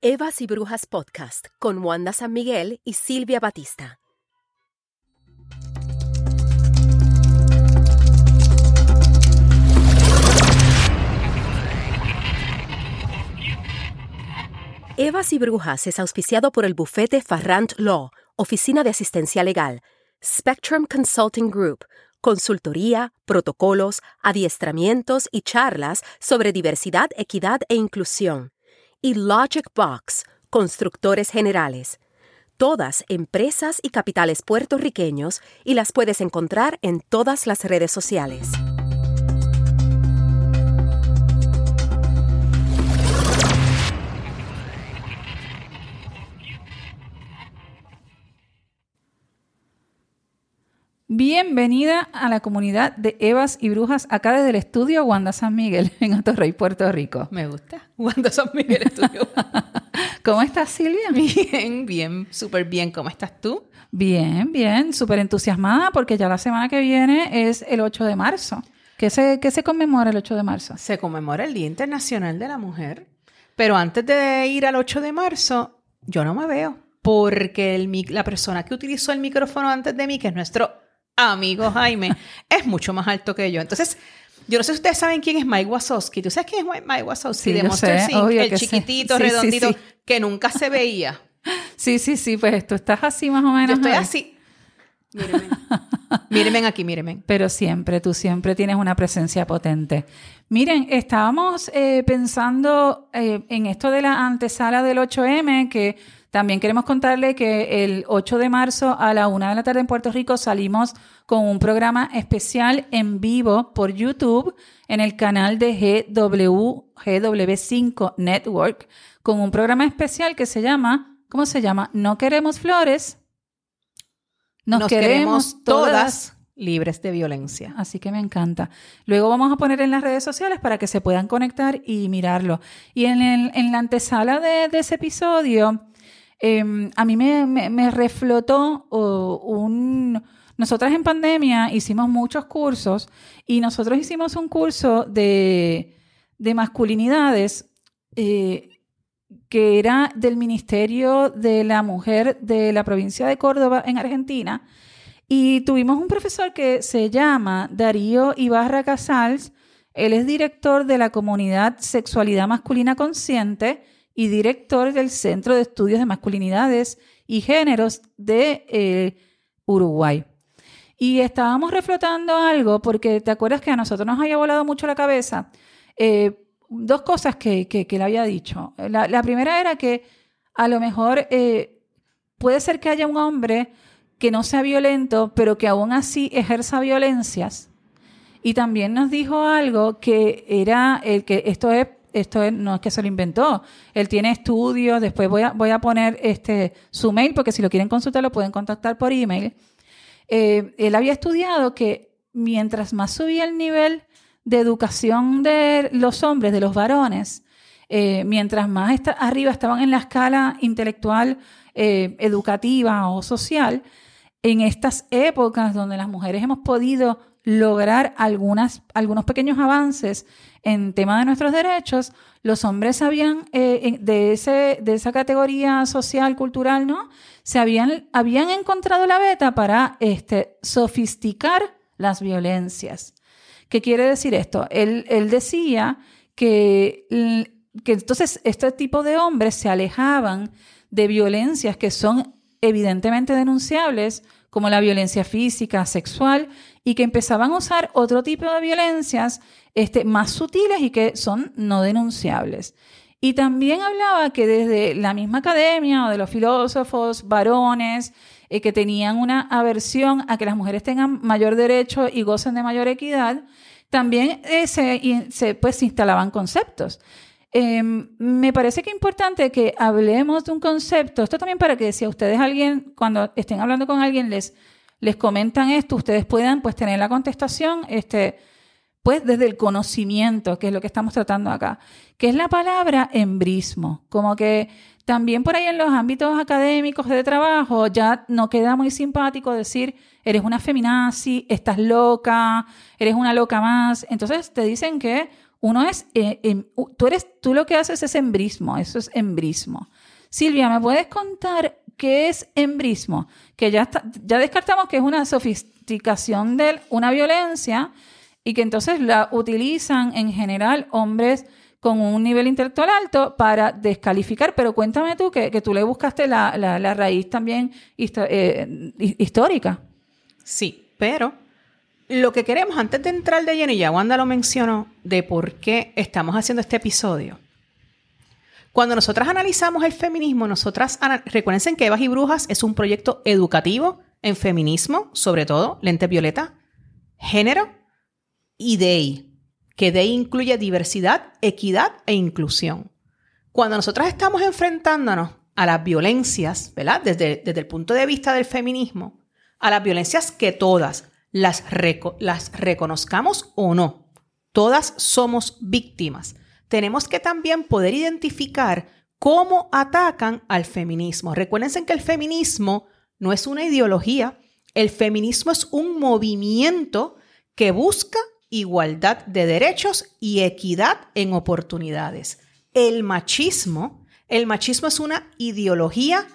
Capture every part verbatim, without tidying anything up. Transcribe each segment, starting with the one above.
Evas y Brujas Podcast con Wanda San Miguel y Silvia Batista. Evas y Brujas es auspiciado por el bufete Farrant Law, Oficina de Asistencia Legal, Spectrum Consulting Group, consultoría, protocolos, adiestramientos y charlas sobre diversidad, equidad e inclusión. Y Logic Box, constructores generales. Todas empresas y capitales puertorriqueños y las puedes encontrar en todas las redes sociales. Bienvenida a la comunidad de Evas y Brujas, acá desde el estudio Wanda San Miguel, en Atorrey, Puerto Rico. Me gusta. Wanda San Miguel Estudio. ¿Cómo estás, Silvia? Bien, bien, súper bien. ¿Cómo estás tú? Bien, bien, súper entusiasmada porque ya la semana que viene es el ocho de marzo. ¿Qué se, qué se conmemora el ocho de marzo? Se conmemora el Día Internacional de la Mujer. Pero antes de ir al ocho de marzo, yo no me veo. Porque el, la persona que utilizó el micrófono antes de mí, que es nuestro amigo Jaime, es mucho más alto que yo. Entonces, yo no sé si ustedes saben quién es Mike Wazowski. ¿Tú sabes quién es Mike Wazowski? Sí, de yo Monster sé, inc, el que chiquitito, sí. Sí, redondito, sí, sí. que nunca se veía. Sí, sí, sí, pues tú estás así más o menos. Yo estoy ¿eh? así. Mírenme. Mírenme aquí, mírenme. Pero siempre, tú siempre tienes una presencia potente. Miren, estábamos eh, pensando eh, en esto de la antesala del ocho eme, que también queremos contarle que el ocho de marzo a la una de la tarde en Puerto Rico salimos con un programa especial en vivo por YouTube en el canal de G W cinco Network, con un programa especial que se llama, ¿cómo se llama? No queremos flores. Nos, Nos queremos, queremos todas, todas libres de violencia. Así que me encanta. Luego vamos a poner en las redes sociales para que se puedan conectar y mirarlo. Y en, el, en la antesala de, de ese episodio, eh, a mí me, me, me reflotó uh, un... Nosotras en pandemia hicimos muchos cursos y nosotros hicimos un curso de, de masculinidades eh, que era del Ministerio de la Mujer de la provincia de Córdoba en Argentina. Y tuvimos un profesor que se llama Darío Ibarra Casals. Él es director de la comunidad Sexualidad Masculina Consciente y director del Centro de Estudios de Masculinidades y Géneros de eh, Uruguay. Y estábamos reflotando algo porque te acuerdas que a nosotros nos había volado mucho la cabeza. Eh, dos cosas que, que, que le había dicho. La, la primera era que a lo mejor eh, puede ser que haya un hombre que no sea violento, pero que aún así ejerza violencias. Y también nos dijo algo que era el que esto es, esto es, no es que se lo inventó. Él tiene estudios, después voy a, voy a poner este, su mail, porque si lo quieren consultar lo pueden contactar por email. Eh, él había estudiado que mientras más subía el nivel de educación de los hombres, de los varones, eh, mientras más está, arriba estaban en la escala intelectual, eh, educativa o social, en estas épocas donde las mujeres hemos podido lograr algunas, algunos pequeños avances en tema de nuestros derechos, los hombres habían, eh, de, ese, de esa categoría social, cultural, ¿no? Se habían, habían encontrado la beta para este, sofisticar las violencias. ¿Qué quiere decir esto? Él, él decía que, que entonces este tipo de hombres se alejaban de violencias que son evidentemente denunciables, como la violencia física, sexual, y que empezaban a usar otro tipo de violencias este, más sutiles y que son no denunciables. Y también hablaba que desde la misma academia o de los filósofos varones eh, que tenían una aversión a que las mujeres tengan mayor derecho y gocen de mayor equidad, también eh, se, se, pues, se instalaban conceptos. Eh, me parece que es importante que hablemos de un concepto. Esto también para que si a ustedes alguien, cuando estén hablando con alguien, les, les comentan esto, ustedes puedan pues tener la contestación este, pues desde el conocimiento, que es lo que estamos tratando acá, que es la palabra embrismo. Como que también por ahí en los ámbitos académicos de trabajo ya no queda muy simpático decir eres una feminazi, estás loca, eres una loca más. Entonces te dicen que Uno es, eh, eh, tú eres, tú lo que haces es embrismo, eso es embrismo. Silvia, ¿me puedes contar qué es embrismo? Que ya, está, ya descartamos que es una sofisticación de una violencia y que entonces la utilizan en general hombres con un nivel intelectual alto para descalificar. Pero cuéntame tú que, que tú le buscaste la, la, la raíz también histo- eh, histórica. Sí, pero lo que queremos, antes de entrar de lleno, y ya Wanda lo mencionó, de por qué estamos haciendo este episodio. Cuando nosotras analizamos el feminismo, nosotras, recuerden que Evas y Brujas es un proyecto educativo en feminismo, sobre todo, lente violeta, género y D E I, que D E I incluye diversidad, equidad e inclusión. Cuando nosotras estamos enfrentándonos a las violencias, ¿verdad? Desde, desde el punto de vista del feminismo, a las violencias que todas las, reco- las reconozcamos o no, todas somos víctimas. Tenemos que también poder identificar cómo atacan al feminismo. Recuérdense que el feminismo no es una ideología, el feminismo es un movimiento que busca igualdad de derechos y equidad en oportunidades. El machismo, el machismo es una ideología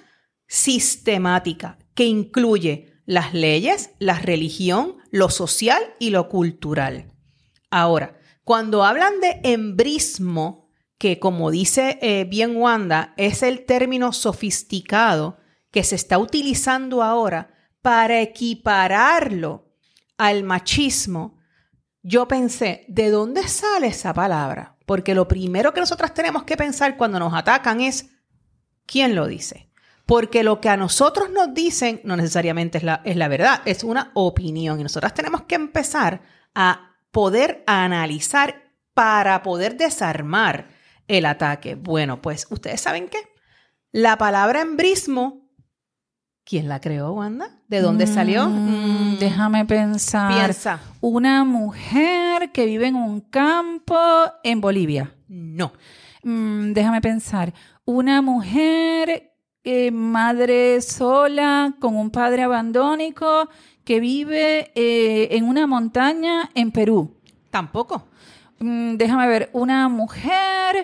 sistemática que incluye las leyes, la religión, lo social y lo cultural. Ahora, cuando hablan de embrismo, que como dice eh, bien Wanda, es el término sofisticado que se está utilizando ahora para equipararlo al machismo, yo pensé, ¿de dónde sale esa palabra? Porque lo primero que nosotras tenemos que pensar cuando nos atacan es, ¿quién lo dice? Porque lo que a nosotros nos dicen no necesariamente es la, es la verdad, es una opinión. Y nosotras tenemos que empezar a poder analizar para poder desarmar el ataque. Bueno, pues, ¿ustedes saben qué? La palabra embrismo, ¿quién la creó, Wanda? ¿De dónde mm, salió? Mm, déjame pensar. Piensa. Una mujer que vive en un campo en Bolivia. No. Mm, déjame pensar. Una mujer, eh, madre sola, con un padre abandónico, que vive eh, en una montaña en Perú. Tampoco. Mm, déjame ver, una mujer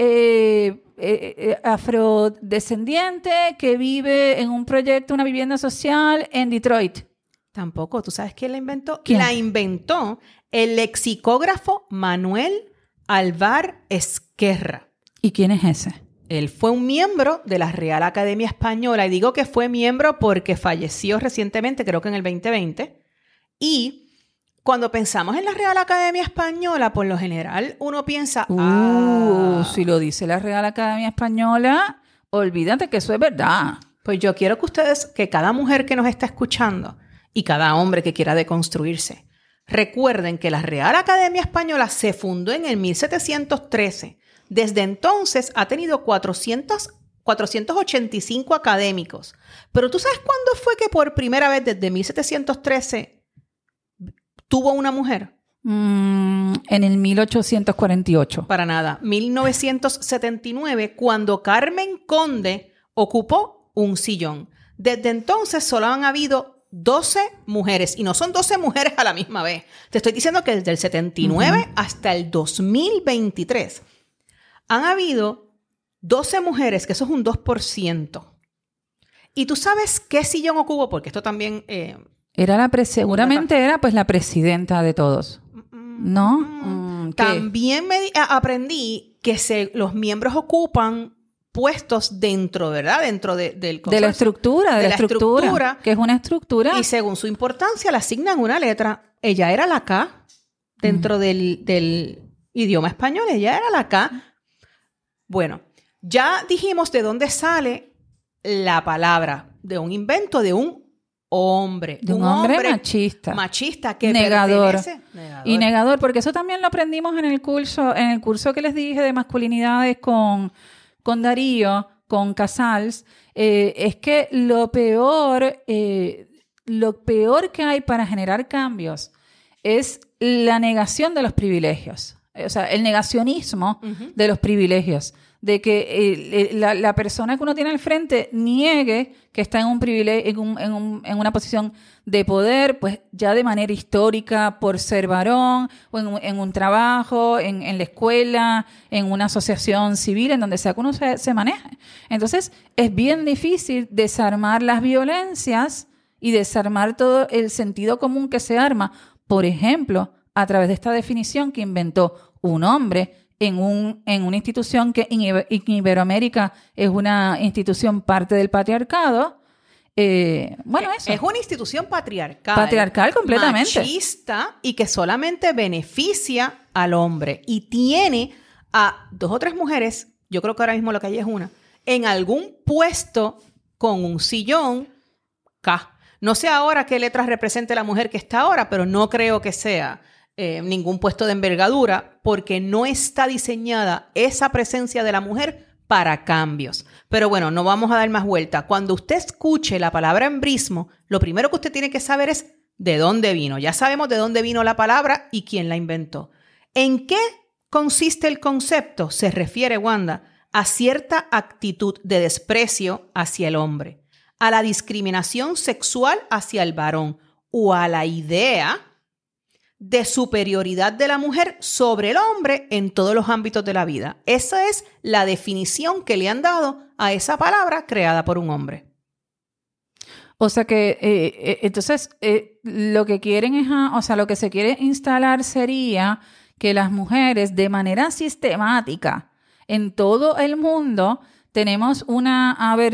eh, eh, eh, afrodescendiente que vive en un proyecto, una vivienda social en Detroit. Tampoco. ¿Tú sabes quién la inventó? ¿Quién? La inventó el lexicógrafo Manuel Alvar Esquerra. ¿Y quién es ese? Él fue un miembro de la Real Academia Española, y digo que fue miembro porque falleció recientemente, creo que en el veinte veinte. Y cuando pensamos en la Real Academia Española, por lo general uno piensa... Uh, ah, si lo dice la Real Academia Española, olvídate que eso es verdad. Pues yo quiero que ustedes, que cada mujer que nos está escuchando y cada hombre que quiera deconstruirse, recuerden que la Real Academia Española se fundó en el mil setecientos trece. Desde entonces ha tenido cuatrocientos, cuatrocientos ochenta y cinco académicos. Pero ¿tú sabes cuándo fue que por primera vez desde mil setecientos trece tuvo una mujer? Mm, en el mil ochocientos cuarenta y ocho. Para nada. mil novecientos setenta y nueve, cuando Carmen Conde ocupó un sillón. Desde entonces solo han habido doce mujeres. Y no son doce mujeres a la misma vez. Te estoy diciendo que desde el setenta y nueve uh-huh. hasta el dos mil veintitrés... han habido doce mujeres, que eso es un dos por ciento. ¿Y tú sabes qué sillón ocupó? Porque esto también... Eh, era la pre- seguramente era pues la presidenta de todos. ¿No? Mm, también me a- aprendí que se, los miembros ocupan puestos dentro, ¿verdad? Dentro de, del de la estructura, de, de la, la estructura, estructura. Que es una estructura. Y según su importancia le asignan una letra. Ella era la K dentro mm. del, del idioma español. Ella era la K. Bueno, ya dijimos de dónde sale la palabra, de un invento de un hombre. De un, un hombre, hombre machista. Machista que negador. pertenece... Negador. Y negador, porque eso también lo aprendimos en el curso, en el curso que les dije de masculinidades con, con Darío, con Casals. Eh, es que lo peor, eh, lo peor que hay para generar cambios es la negación de los privilegios. O sea, el negacionismo uh-huh. de los privilegios de que eh, la, la persona que uno tiene al frente niegue que está en un privilegio, en, un, en, un, en una posición de poder, pues ya de manera histórica por ser varón, o en, en un trabajo, en, en la escuela, en una asociación civil, en donde sea que uno se, se maneje. Entonces, es bien difícil desarmar las violencias y desarmar todo el sentido común que se arma, por ejemplo, a través de esta definición que inventó un hombre en, un, en una institución que en, Iber- en Iberoamérica es una institución parte del patriarcado. Eh, bueno, eso. Es una institución patriarcal. Patriarcal completamente. Machista y que solamente beneficia al hombre. Y tiene a dos o tres mujeres, yo creo que ahora mismo lo que hay es una, en algún puesto con un sillón K. No sé ahora qué letras represente la mujer que está ahora, pero no creo que sea eh, ningún puesto de envergadura porque no está diseñada esa presencia de la mujer para cambios. Pero bueno, no vamos a dar más vuelta. Cuando usted escuche la palabra embrismo, lo primero que usted tiene que saber es de dónde vino. Ya sabemos de dónde vino la palabra y quién la inventó. ¿En qué consiste el concepto? Se refiere, Wanda, a cierta actitud de desprecio hacia el hombre, a la discriminación sexual hacia el varón o a la idea de superioridad de la mujer sobre el hombre en todos los ámbitos de la vida. Esa es la definición que le han dado a esa palabra creada por un hombre. O sea que, eh, eh, entonces, eh, lo que quieren es, o sea, lo que se quiere instalar sería que las mujeres de manera sistemática en todo el mundo tenemos una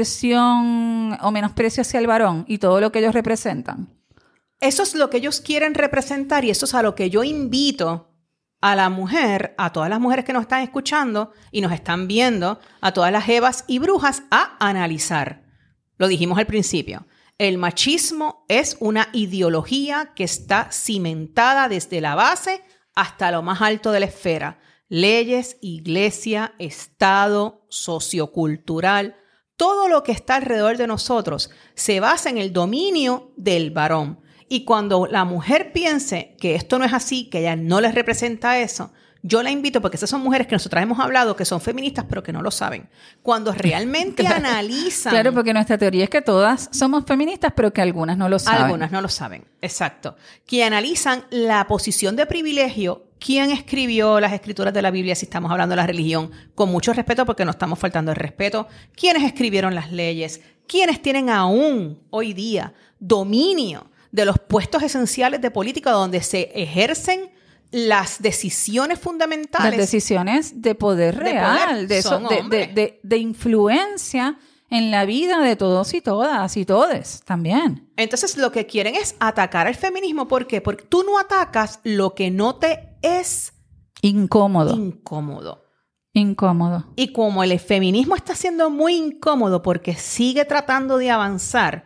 aversión o menosprecio hacia el varón y todo lo que ellos representan. Eso es lo que ellos quieren representar y eso es a lo que yo invito a la mujer, a todas las mujeres que nos están escuchando y nos están viendo, a todas las evas y brujas, a analizar. Lo dijimos al principio. El machismo es una ideología que está cimentada desde la base hasta lo más alto de la esfera. Leyes, iglesia, Estado, sociocultural, todo lo que está alrededor de nosotros se basa en el dominio del varón. Y cuando la mujer piense que esto no es así, que ella no les representa eso, yo la invito, porque esas son mujeres que nosotras hemos hablado, que son feministas, pero que no lo saben. Cuando realmente claro, analizan... Claro, porque nuestra teoría es que todas somos feministas, pero que algunas no lo saben. Algunas no lo saben, exacto. Que analizan la posición de privilegio, quién escribió las escrituras de la Biblia, si estamos hablando de la religión, con mucho respeto, porque no estamos faltando el respeto, quiénes escribieron las leyes, quiénes tienen aún hoy día dominio de los puestos esenciales de política donde se ejercen las decisiones fundamentales. Las decisiones de poder real, de, poder, de, eso, de, de, de, de influencia en la vida de todos y todas y todes también. Entonces lo que quieren es atacar al feminismo. ¿Por qué? Porque tú no atacas lo que no te es incómodo. Incómodo. Incómodo. Y como el feminismo está siendo muy incómodo porque sigue tratando de avanzar,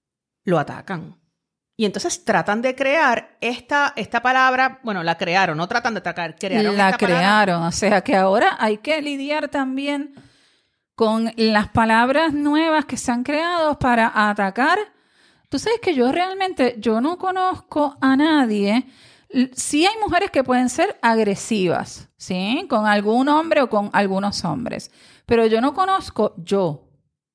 lo atacan. Y entonces tratan de crear esta, esta palabra, bueno, la crearon, no tratan de atacar, crearon La esta crearon, palabra. O sea que ahora hay que lidiar también con las palabras nuevas que se han creado para atacar. Tú sabes que yo realmente, yo no conozco a nadie. Sí hay mujeres que pueden ser agresivas, ¿sí? Con algún hombre o con algunos hombres. Pero yo no conozco, yo,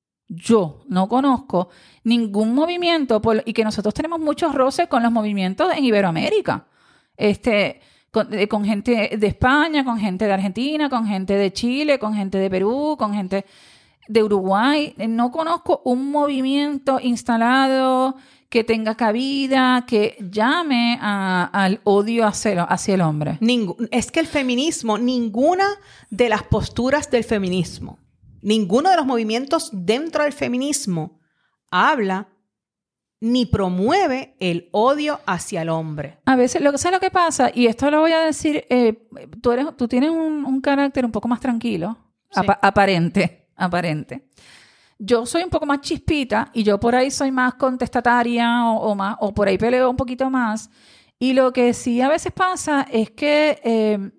yo no conozco ningún movimiento, por, y que nosotros tenemos muchos roces con los movimientos en Iberoamérica. Este, con, con gente de España, con gente de Argentina, con gente de Chile, con gente de Perú, con gente de Uruguay. No conozco un movimiento instalado que tenga cabida, que llame a, al odio hacia, hacia el hombre. Ningún, es que el feminismo, ninguna de las posturas del feminismo, ninguno de los movimientos dentro del feminismo habla ni promueve el odio hacia el hombre. A veces, lo que ¿sabes lo que pasa? Y esto lo voy a decir, eh, tú, eres, tú tienes un, un carácter un poco más tranquilo, sí. ap- aparente, aparente. Yo soy un poco más chispita y yo por ahí soy más contestataria o, o, más, o por ahí peleo un poquito más. Y lo que sí a veces pasa es que eh,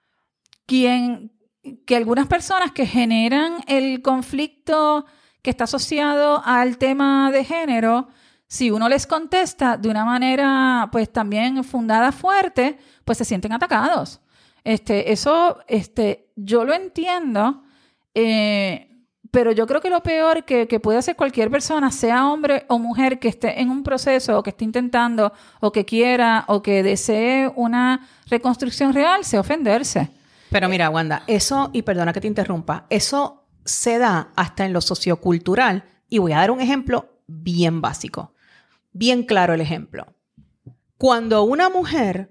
quien, que algunas personas que generan el conflicto que está asociado al tema de género, si uno les contesta de una manera pues también fundada, fuerte, pues se sienten atacados. Este, eso este, yo lo entiendo. Eh, pero yo creo que lo peor que, que puede hacer cualquier persona, sea hombre o mujer, que esté en un proceso o que esté intentando o que quiera o que desee una reconstrucción real, sea ofenderse. Pero mira, Wanda, eso, y perdona que te interrumpa, eso se da hasta en lo sociocultural. Y voy a dar un ejemplo bien básico. Bien claro el ejemplo. Cuando una mujer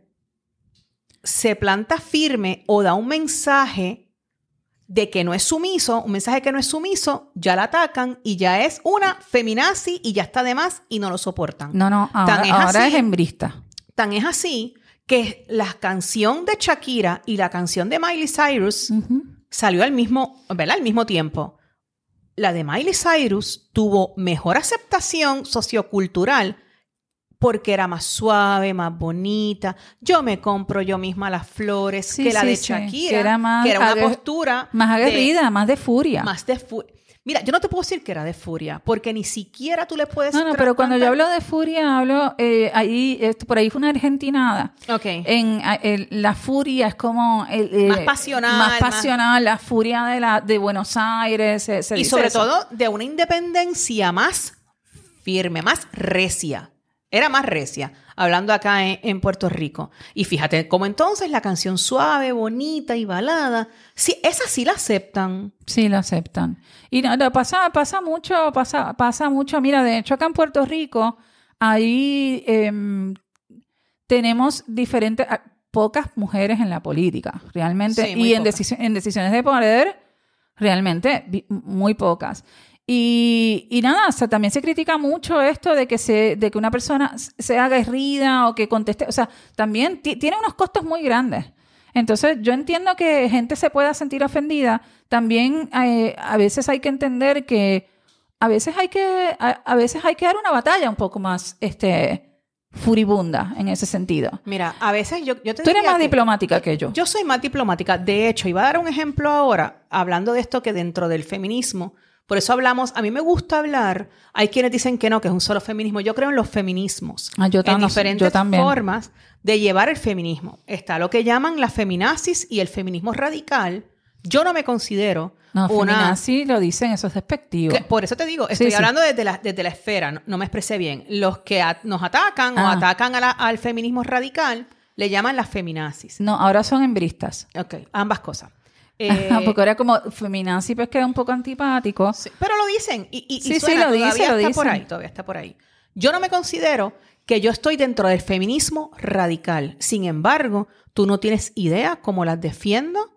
se planta firme o da un mensaje de que no es sumiso, un mensaje que no es sumiso, ya la atacan y ya es una feminazi y ya está de más y no lo soportan. No, no, ahora, es, ahora así, es hembrista. Tan es así que la canción de Shakira y la canción de Miley Cyrus uh-huh. salió al mismo, ¿verdad? Al mismo tiempo. La de Miley Cyrus tuvo mejor aceptación sociocultural porque era más suave, más bonita. Yo me compro yo misma las flores sí, que la sí, de sí. Shakira, que era, más que era una aguer- postura más aguerrida, de, más de furia. Más de furia. Mira, yo no te puedo decir que era de furia, porque ni siquiera tú le puedes... No, no, pero cuando yo hablo de furia, hablo... Eh, ahí, esto, por ahí fue una argentinada. Ok. En, el, la furia es como... El, eh, más pasional. Más pasional, más... la furia de, la, de Buenos Aires. Se, se y sobre eso. todo de una independencia más firme, más recia. Era más recia, hablando acá en, en Puerto Rico. Y fíjate, como entonces la canción suave, bonita y balada, sí, esa sí la aceptan. Sí, la aceptan. Y no, no, pasa, pasa mucho, pasa, pasa mucho. Mira, de hecho acá en Puerto Rico, ahí eh, tenemos diferentes, pocas mujeres en la política, realmente. Sí, y en, deci- en decisiones de poder, realmente muy pocas. Y, y nada, o sea, también se critica mucho esto de que, se, de que una persona sea aguerrida o que conteste. O sea, también t- tiene unos costos muy grandes. Entonces, yo entiendo que gente se pueda sentir ofendida. También eh, a veces hay que entender que a veces hay que, a, a veces hay que dar una batalla un poco más este, furibunda en ese sentido. Mira, a veces yo, yo te Tú eres más que, diplomática que yo. Yo soy más diplomática. De hecho, iba a dar un ejemplo ahora, hablando de esto que dentro del feminismo... Por eso hablamos, a mí me gusta hablar, hay quienes dicen que no, que es un solo feminismo. Yo creo en los feminismos, ah, yo en no, diferentes yo formas de llevar el feminismo. Está lo que llaman la feminazis y el feminismo radical. Yo no me considero no, una... feminazi lo dicen, eso es despectivo. Que, por eso te digo, estoy sí, hablando sí. Desde, la, desde la esfera, no, no me expresé bien. Los que a, nos atacan ah. o atacan a la, al feminismo radical, le llaman las feminazis. No, ahora son hembristas. Ok, ambas cosas. Eh, porque ahora como feminazi pues queda un poco antipático. Sí, pero lo dicen y, y, sí, y suena, sí, lo todavía dice, está lo dicen. por ahí, todavía está por ahí. Yo no me considero que yo estoy dentro del feminismo radical. Sin embargo, tú no tienes idea cómo las defiendo,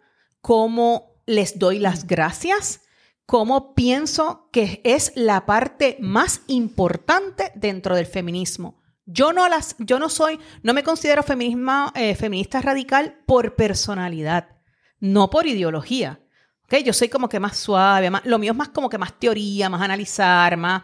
cómo les doy las gracias, cómo pienso que es la parte más importante dentro del feminismo. Yo no las, yo no soy, no me considero feminismo, eh, feminista radical por personalidad. No por ideología. ¿Okay? Yo soy como que más suave, más, lo mío es más como que más teoría, más analizar, más,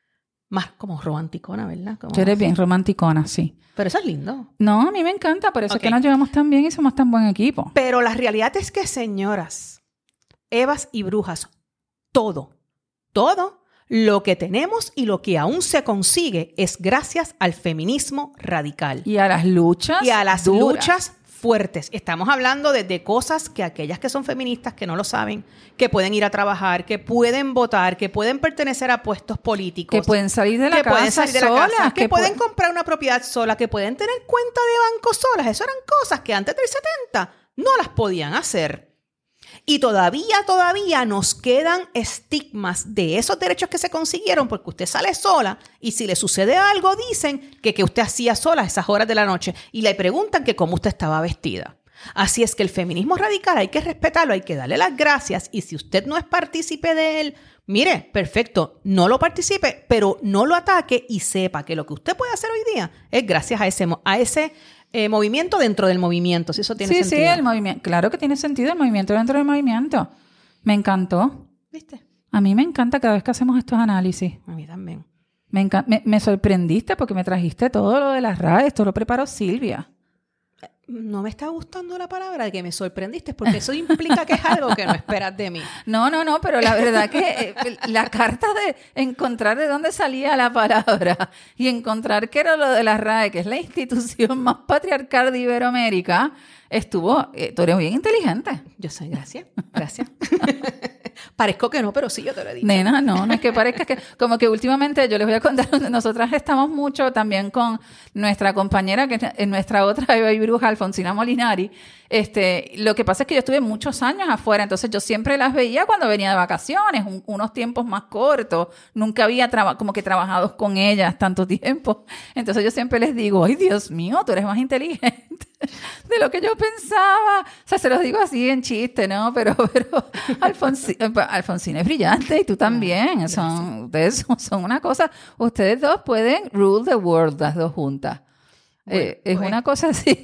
más como romanticona, ¿verdad? Como Tú eres así. bien romanticona, sí. Pero eso es lindo. No, a mí me encanta, por eso Okay. es que nos llevamos tan bien y somos tan buen equipo. Pero la realidad es que, señoras, Evas y brujas, todo, todo lo que tenemos y lo que aún se consigue es gracias al feminismo radical. Y a las luchas Y a las duras. luchas fuertes. Estamos hablando de, de cosas que aquellas que son feministas, que no lo saben, que pueden ir a trabajar, que pueden votar, que pueden pertenecer a puestos políticos. Que pueden salir de la que pueden casa salir de la solas. casa, que, que pueden pu- comprar una propiedad sola, que pueden tener cuenta de banco solas. Eso eran cosas que antes del setenta no las podían hacer. Y todavía, todavía nos quedan estigmas de esos derechos que se consiguieron porque usted sale sola y si le sucede algo dicen que, que usted hacía sola a esas horas de la noche y le preguntan que cómo usted estaba vestida. Así es que el feminismo radical hay que respetarlo, hay que darle las gracias y si usted no es partícipe de él, mire, perfecto, no lo participe, pero no lo ataque y sepa que lo que usted puede hacer hoy día es gracias a ese, a ese eh, movimiento dentro del movimiento, si eso tiene sí, sentido. Sí, el movimiento. Claro que tiene sentido el movimiento dentro del movimiento. Me encantó. ¿Viste? A mí me encanta cada vez que hacemos estos análisis. A mí también. Me, enca- me, me sorprendiste porque me trajiste todo lo de las R A E. Esto lo preparó Silvia. No me está gustando la palabra de que me sorprendiste porque eso implica que es algo que no esperas de mí. No, no, no, pero la verdad que eh, la carta de encontrar de dónde salía la palabra y encontrar que era lo de la R A E, que es la institución más patriarcal de Iberoamérica, estuvo, eh, tú eres bien inteligente. Yo soy, gracias, gracias. Parezco que no, pero sí, yo te lo he dicho. Nena, no, no es que parezca que... Como que últimamente, yo les voy a contar, nosotras estamos mucho también con nuestra compañera, que es nuestra otra Eva y Bruja, Alfonsina Molinari. Este, lo que pasa es que yo estuve muchos años afuera, entonces yo siempre las veía cuando venía de vacaciones, un, unos tiempos más cortos. Nunca había traba, como que trabajado con ellas tanto tiempo. Entonces yo siempre les digo, ay, Dios mío, tú eres más inteligente de lo que yo pensaba. O sea, se los digo así en chiste, ¿no? Pero, pero Alfonsina, Alfonsina es brillante y tú también. Son, ustedes son, son una cosa. Ustedes dos pueden rule the world, las dos juntas. Bueno, eh, es bueno. Una cosa así.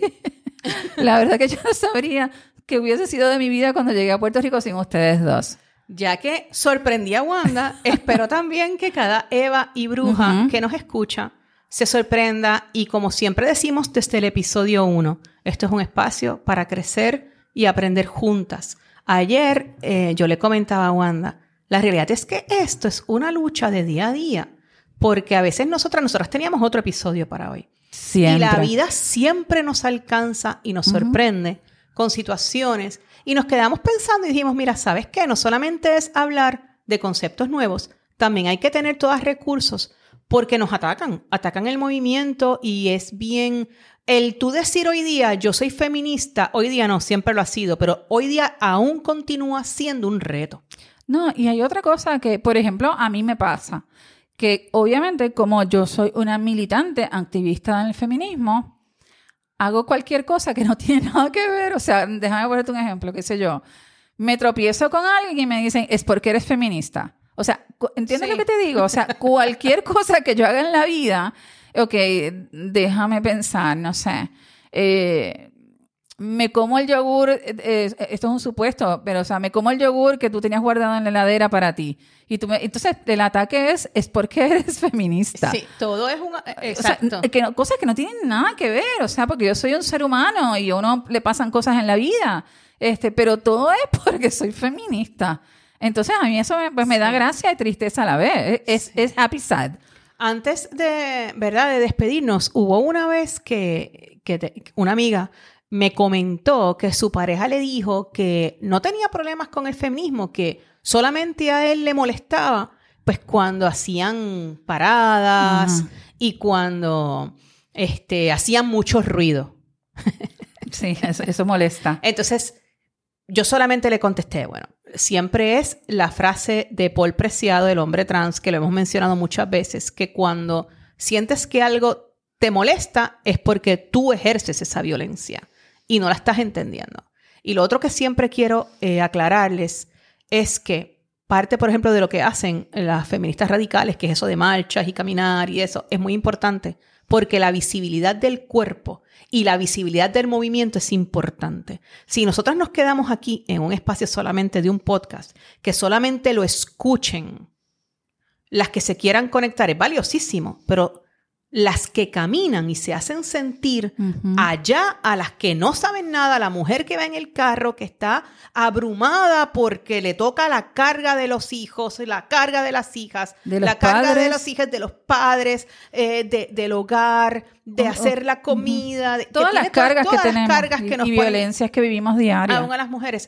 La verdad que yo no sabría qué hubiese sido de mi vida cuando llegué a Puerto Rico sin ustedes dos. Ya que sorprendí a Wanda, espero también que cada Eva y Bruja uh-huh. que nos escucha se sorprenda y, como siempre decimos desde el episodio uno, esto es un espacio para crecer y aprender juntas. Ayer eh, yo le comentaba a Wanda, la realidad es que esto es una lucha de día a día, porque a veces nosotras, nosotras teníamos otro episodio para hoy. Siempre. Y la vida siempre nos alcanza y nos uh-huh. sorprende con situaciones y nos quedamos pensando y dijimos, mira, ¿sabes qué? No solamente es hablar de conceptos nuevos, también hay que tener todos los recursos porque nos atacan, atacan el movimiento y es bien... El tú decir hoy día, yo soy feminista, hoy día no, siempre lo ha sido, pero hoy día aún continúa siendo un reto. No, y hay otra cosa que, por ejemplo, a mí me pasa, que obviamente como yo soy una militante activista del feminismo, hago cualquier cosa que no tiene nada que ver. O sea, déjame ponerte un ejemplo, qué sé yo. Me tropiezo con alguien y me dicen, es porque eres feminista. O sea, ¿entiendes sí. lo que te digo? O sea, cualquier cosa que yo haga en la vida, ok, déjame pensar, no sé. Eh, me como el yogur, eh, esto es un supuesto, pero o sea, me como el yogur que tú tenías guardado en la heladera para ti. Y tú me, entonces, el ataque es, es porque eres feminista. Sí, todo es un... Exacto. O sea, que no, cosas que no tienen nada que ver, o sea, porque yo soy un ser humano y a uno le pasan cosas en la vida, este, pero todo es porque soy feminista. Entonces, a mí eso me, pues, me da gracia y tristeza a la vez. Es, sí. es happy sad. Antes de, ¿verdad?, de despedirnos, hubo una vez que, que te, una amiga me comentó que su pareja le dijo que no tenía problemas con el feminismo, que solamente a él le molestaba, pues cuando hacían paradas uh-huh. y cuando este, hacían mucho ruido. Sí, eso, eso molesta. Entonces, yo solamente le contesté, bueno, siempre es la frase de Paul Preciado, el hombre trans, que lo hemos mencionado muchas veces, que cuando sientes que algo te molesta es porque tú ejerces esa violencia y no la estás entendiendo. Y lo otro que siempre quiero eh, aclararles es que parte, por ejemplo, de lo que hacen las feministas radicales, que es eso de marchas y caminar y eso, es muy importante porque la visibilidad del cuerpo y la visibilidad del movimiento es importante. Si nosotras nos quedamos aquí en un espacio solamente de un podcast, que solamente lo escuchen las que se quieran conectar, es valiosísimo, pero las que caminan y se hacen sentir uh-huh. allá a las que no saben nada, la mujer que va en el carro, que está abrumada porque le toca la carga de los hijos, la carga de las hijas, de los la carga padres. de las hijas, de los padres, eh, de, del hogar, de oh, hacer la comida. Uh-huh. De, todas que las cargas todas que las tenemos cargas que y, nos y violencias que vivimos diarias. Aún a las mujeres.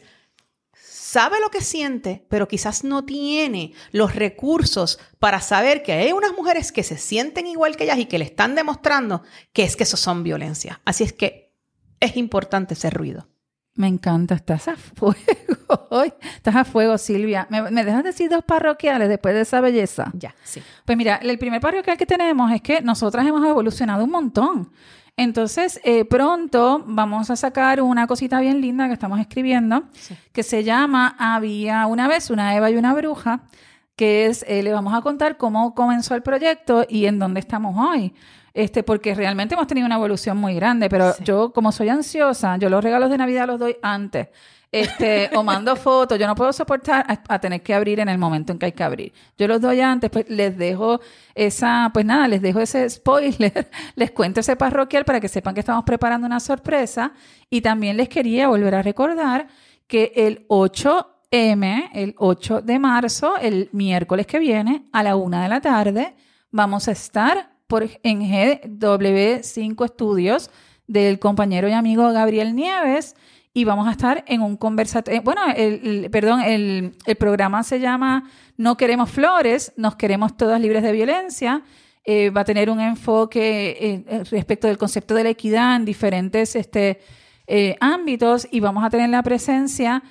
Sabe lo que siente, pero quizás no tiene los recursos para saber que hay unas mujeres que se sienten igual que ellas y que le están demostrando que es que eso son violencias. Así es que es importante ese ruido. Me encanta, estás a fuego hoy. Estás a fuego, Silvia. ¿Me, ¿Me dejas decir dos parroquiales después de esa belleza? Ya, sí. Pues mira, el primer parroquial que tenemos es que nosotras hemos evolucionado un montón. Entonces, eh, pronto vamos a sacar una cosita bien linda que estamos escribiendo, sí. que se llama Había una vez una Eva y una bruja, que es, eh, le vamos a contar cómo comenzó el proyecto y en dónde estamos hoy. Este, porque realmente hemos tenido una evolución muy grande, pero sí. yo, como soy ansiosa, yo los regalos de Navidad los doy antes. Este, o mando fotos, yo no puedo soportar a, a tener que abrir en el momento en que hay que abrir. Yo los doy antes, pues les dejo esa, pues nada, les dejo ese spoiler, les cuento ese parroquial para que sepan que estamos preparando una sorpresa. Y también les quería volver a recordar que el ocho eme, el ocho de marzo, el miércoles que viene, a la una de la tarde, vamos a estar por, en G W cinco Estudios del compañero y amigo Gabriel Nieves. y vamos a estar en un conversatorio. Bueno, el, el, perdón, el, el programa se llama No Queremos Flores, Nos Queremos Todas Libres de Violencia. Eh, va a tener un enfoque eh, respecto del concepto de la equidad en diferentes este, eh, ámbitos, y vamos a tener la presencia,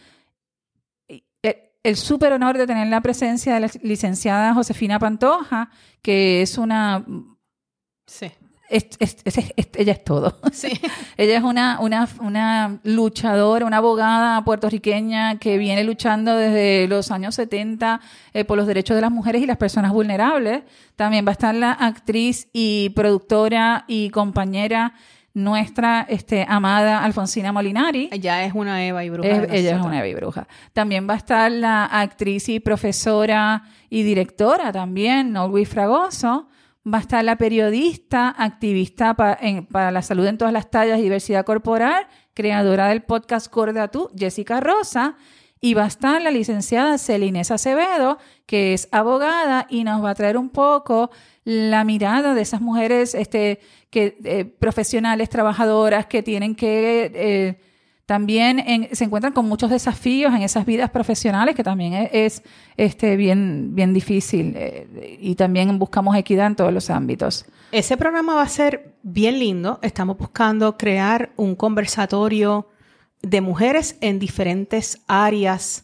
eh, el súper honor de tener la presencia de la licenciada Josefina Pantoja, que es una... Sí. Es, es, es, es, ella es todo. Sí. Ella es una, una, una luchadora, una abogada puertorriqueña que viene luchando desde los años setenta eh, por los derechos de las mujeres y las personas vulnerables. También va a estar la actriz y productora y compañera nuestra este, amada Alfonsina Molinari. Ella es una Eva y bruja. Es, ella es una Eva y bruja. También va a estar la actriz y profesora y directora también, Nolwi Fragoso. Va a estar la periodista, activista pa, en, para la salud en todas las tallas y diversidad corporal, creadora del podcast Gorda Tú, Jessica Rosa. Y va a estar la licenciada Celinés Acevedo, que es abogada y nos va a traer un poco la mirada de esas mujeres este, que, eh, profesionales, trabajadoras, que tienen que... Eh, también en, se encuentran con muchos desafíos en esas vidas profesionales, que también es, es este, bien, bien difícil. Eh, y también buscamos equidad en todos los ámbitos. Ese programa va a ser bien lindo. Estamos buscando crear un conversatorio de mujeres en diferentes áreas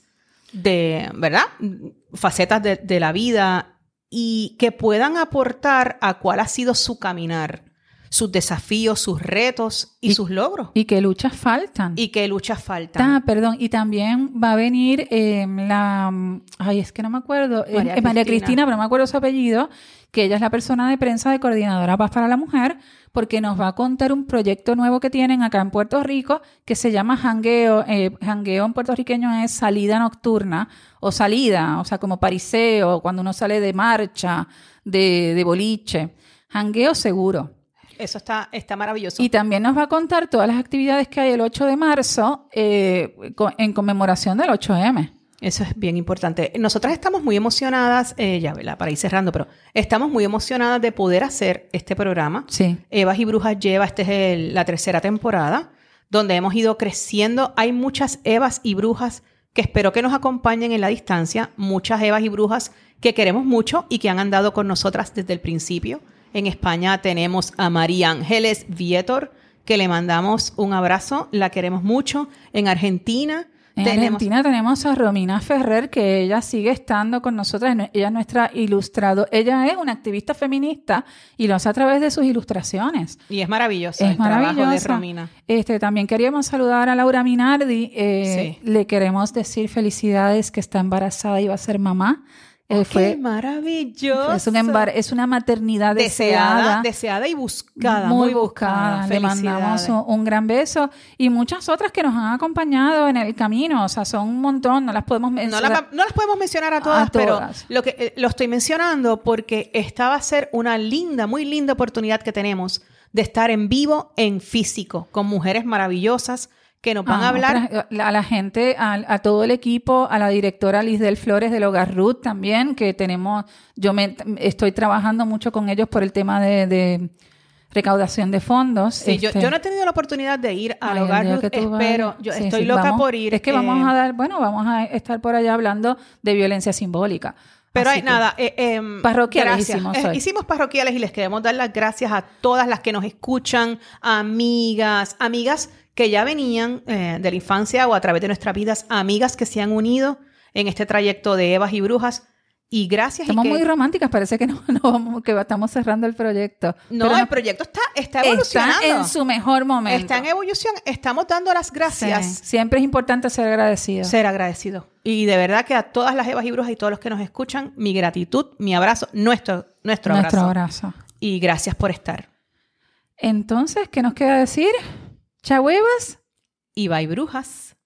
de, ¿verdad? Facetas de, de la vida, y que puedan aportar a cuál ha sido su caminar, sus desafíos, sus retos y, y sus logros. Y qué luchas faltan. Y qué luchas faltan. Ah, perdón. Y también va a venir eh, la... Ay, es que no me acuerdo. María, eh, Cristina. María Cristina, pero no me acuerdo su apellido, que ella es la persona de prensa de Coordinadora Paz para la Mujer, porque nos va a contar un proyecto nuevo que tienen acá en Puerto Rico que se llama Jangueo. Eh, jangueo en puertorriqueño es salida nocturna o salida, o sea, como pariseo, cuando uno sale de marcha, de, de boliche. Jangueo seguro. Eso está, está maravilloso. Y también nos va a contar todas las actividades que hay el ocho de marzo eh, en conmemoración del ocho eme. Eso es bien importante. Nosotras estamos muy emocionadas, eh, ya, ¿verdad? Para ir cerrando, pero estamos muy emocionadas de poder hacer este programa. Sí. Evas y Brujas lleva, esta es el, la tercera temporada, donde hemos ido creciendo. Hay muchas Evas y Brujas que espero que nos acompañen en la distancia, muchas Evas y Brujas que queremos mucho y que han andado con nosotras desde el principio. En España tenemos a María Ángeles Vietor, que le mandamos un abrazo, la queremos mucho. En Argentina... En tenemos... Argentina tenemos a Romina Ferrer, que ella sigue estando con nosotras. Ella es nuestra ilustradora. Ella es una activista feminista y lo hace a través de sus ilustraciones. Y es maravilloso es el maravillosa. trabajo de Romina. Este, también queríamos saludar a Laura Minardi. Eh, sí. Le queremos decir felicidades, que está embarazada y va a ser mamá. Eh, oh, fue, ¡Qué maravilloso! Es, un embar- es una maternidad deseada. Deseada, deseada y buscada. Muy, muy buscada. buscada. Le mandamos un, un gran beso. Y muchas otras que nos han acompañado en el camino. O sea, son un montón. No las podemos mencionar. No, la, no las podemos mencionar a todas, a todas. pero lo, que, eh, lo estoy mencionando porque esta va a ser una linda, muy linda oportunidad que tenemos de estar en vivo, en físico, con mujeres maravillosas que nos van ah, a hablar. A la gente, a, a todo el equipo, a la directora Lisdel Flores del Hogar Ruth también, que tenemos, yo me estoy trabajando mucho con ellos por el tema de, de recaudación de fondos. Sí, este, yo, yo no he tenido la oportunidad de ir al ay, Hogar Ruth, espero, yo sí, estoy sí, loca vamos, por ir. Es que eh, vamos a dar, bueno, vamos a estar por allá hablando de violencia simbólica. Pero hay nada, eh, eh, parroquiales gracias. hicimos Eh, hoy. hicimos parroquiales y les queremos dar las gracias a todas las que nos escuchan, amigas, amigas que ya venían eh, de la infancia o a través de nuestras vidas, amigas que se han unido en este trayecto de Evas y Brujas. Y gracias. Estamos y que, muy románticas, parece que no, no vamos, que estamos cerrando el proyecto. No, Pero el no, proyecto está, está evolucionando. Está en su mejor momento. Está en evolución. Estamos dando las gracias. Sí. Siempre es importante ser agradecido. Ser agradecido. Y de verdad que a todas las Evas y Brujas y todos los que nos escuchan, mi gratitud, mi abrazo, nuestro, nuestro abrazo. Nuestro abrazo. Y gracias por estar. Entonces, ¿qué nos queda decir? Chau, Evas. Y bye, Brujas.